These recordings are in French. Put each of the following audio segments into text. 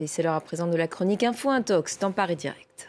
Et c'est l'heure à présent de la chronique Info Intox dans Paris Direct.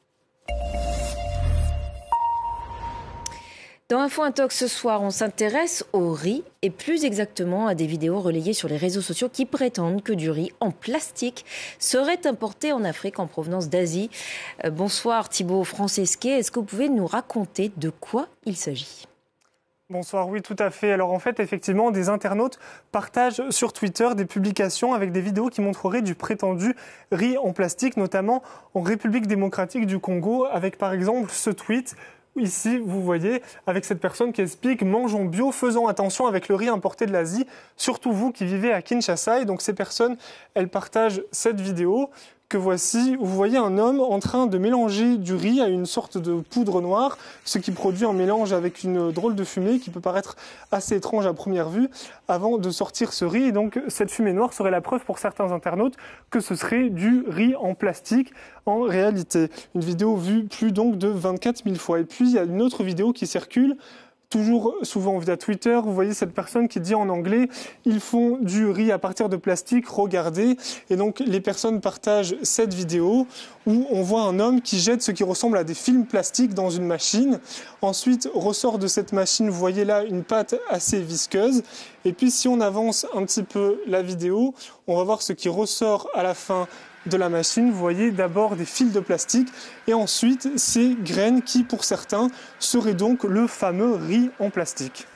Dans Info Intox ce soir, on s'intéresse au riz et plus exactement à des vidéos relayées sur les réseaux sociaux qui prétendent que du riz en plastique serait importé en Afrique en provenance d'Asie. Bonsoir Thibaut Francesquet, est-ce que vous pouvez nous raconter de quoi il s'agit ? Bonsoir, oui, tout à fait. Alors en fait, effectivement, des internautes partagent sur Twitter des publications avec des vidéos qui montreraient du prétendu riz en plastique, notamment en République démocratique du Congo, avec par exemple ce tweet. Ici, vous voyez, avec cette personne qui explique « Mangeons bio, faisons attention avec le riz importé de l'Asie, surtout vous qui vivez à Kinshasa ». Et donc ces personnes, elles partagent cette vidéo que voici, où vous voyez un homme en train de mélanger du riz à une sorte de poudre noire, ce qui produit un mélange avec une drôle de fumée qui peut paraître assez étrange à première vue, avant de sortir ce riz. Et donc cette fumée noire serait la preuve pour certains internautes que ce serait du riz en plastique en réalité. Une vidéo vue plus donc de 24 000 fois. Et puis il y a une autre vidéo qui circule, toujours souvent via Twitter, vous voyez cette personne qui dit en anglais « Ils font du riz à partir de plastique, regardez ». Et donc les personnes partagent cette vidéo où on voit un homme qui jette ce qui ressemble à des films plastiques dans une machine. Ensuite ressort de cette machine, vous voyez là une pâte assez visqueuse. Et puis si on avance un petit peu la vidéo, on va voir ce qui ressort à la fin de la machine. Vous voyez d'abord des fils de plastique et ensuite ces graines qui, pour certains, seraient donc le fameux riz en plastique.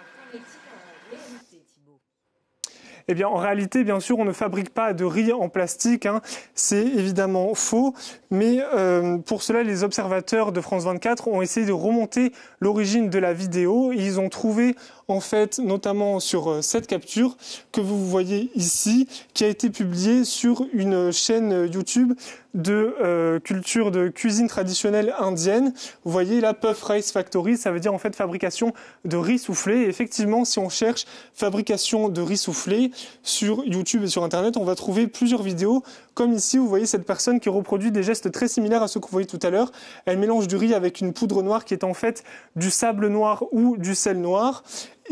Eh bien, en réalité, bien sûr, on ne fabrique pas de riz en plastique. C'est évidemment faux. Mais pour cela, les observateurs de France 24 ont essayé de remonter l'origine de la vidéo. Et ils ont trouvé, en fait, notamment sur cette capture que vous voyez ici, qui a été publiée sur une chaîne YouTube de culture de cuisine traditionnelle indienne. Vous voyez là, Puff Rice Factory, ça veut dire en fait fabrication de riz soufflé. Et effectivement, si on cherche fabrication de riz soufflé sur YouTube et sur Internet, on va trouver plusieurs vidéos. Comme ici, vous voyez cette personne qui reproduit des gestes très similaires à ceux que vous voyez tout à l'heure. Elle mélange du riz avec une poudre noire qui est en fait du sable noir ou du sel noir.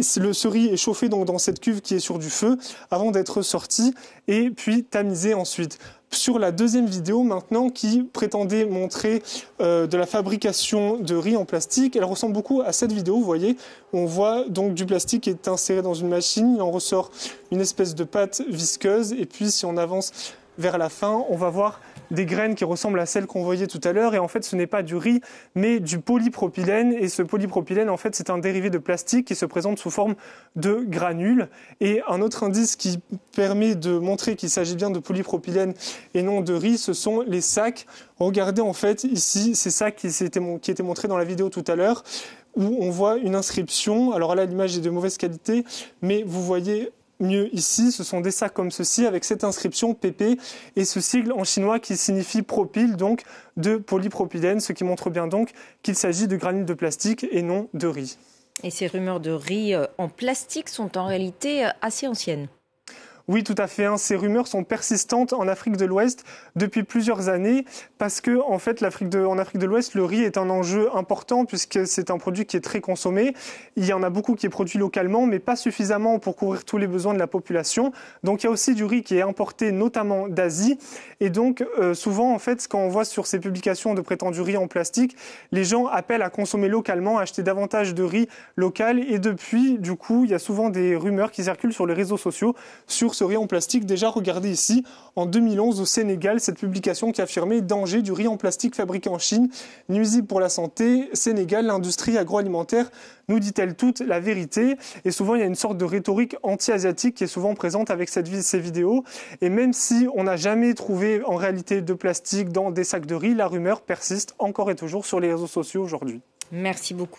Ce riz est chauffé donc dans cette cuve qui est sur du feu avant d'être sorti et puis tamisé ensuite. Sur la deuxième vidéo maintenant qui prétendait montrer de la fabrication de riz en plastique, elle ressemble beaucoup à cette vidéo, vous voyez. On voit donc du plastique qui est inséré dans une machine, il en ressort une espèce de pâte visqueuse et puis si on avance vers la fin, on va voir des graines qui ressemblent à celles qu'on voyait tout à l'heure. Et en fait, ce n'est pas du riz, mais du polypropylène. Et ce polypropylène, en fait, c'est un dérivé de plastique qui se présente sous forme de granules. Et un autre indice qui permet de montrer qu'il s'agit bien de polypropylène et non de riz, ce sont les sacs. Regardez en fait ici ces sacs qui étaient montrés dans la vidéo tout à l'heure, où on voit une inscription. Alors là, l'image est de mauvaise qualité, mais vous voyez mieux ici, ce sont des sacs comme ceci avec cette inscription PP et ce sigle en chinois qui signifie propyle, donc de polypropylène, ce qui montre bien donc qu'il s'agit de granules de plastique et non de riz. Et ces rumeurs de riz en plastique sont en réalité assez anciennes. Oui, tout à fait. Ces rumeurs sont persistantes en Afrique de l'Ouest depuis plusieurs années parce que, en fait, en Afrique de l'Ouest, le riz est un enjeu important puisque c'est un produit qui est très consommé. Il y en a beaucoup qui est produit localement, mais pas suffisamment pour couvrir tous les besoins de la population. Donc, il y a aussi du riz qui est importé notamment d'Asie. Et donc, souvent, en fait, quand on voit sur ces publications de prétendus riz en plastique, les gens appellent à consommer localement, à acheter davantage de riz local. Et depuis, du coup, il y a souvent des rumeurs qui circulent sur les réseaux sociaux sur ce riz en plastique. Déjà, regardez ici, en 2011 au Sénégal, cette publication qui affirmait « Danger du riz en plastique fabriqué en Chine, nuisible pour la santé, Sénégal, l'industrie agroalimentaire nous dit-elle toute la vérité ?» Et souvent, il y a une sorte de rhétorique anti-asiatique qui est souvent présente avec ces vidéos. Et même si on n'a jamais trouvé en réalité de plastique dans des sacs de riz, la rumeur persiste encore et toujours sur les réseaux sociaux aujourd'hui. Merci beaucoup.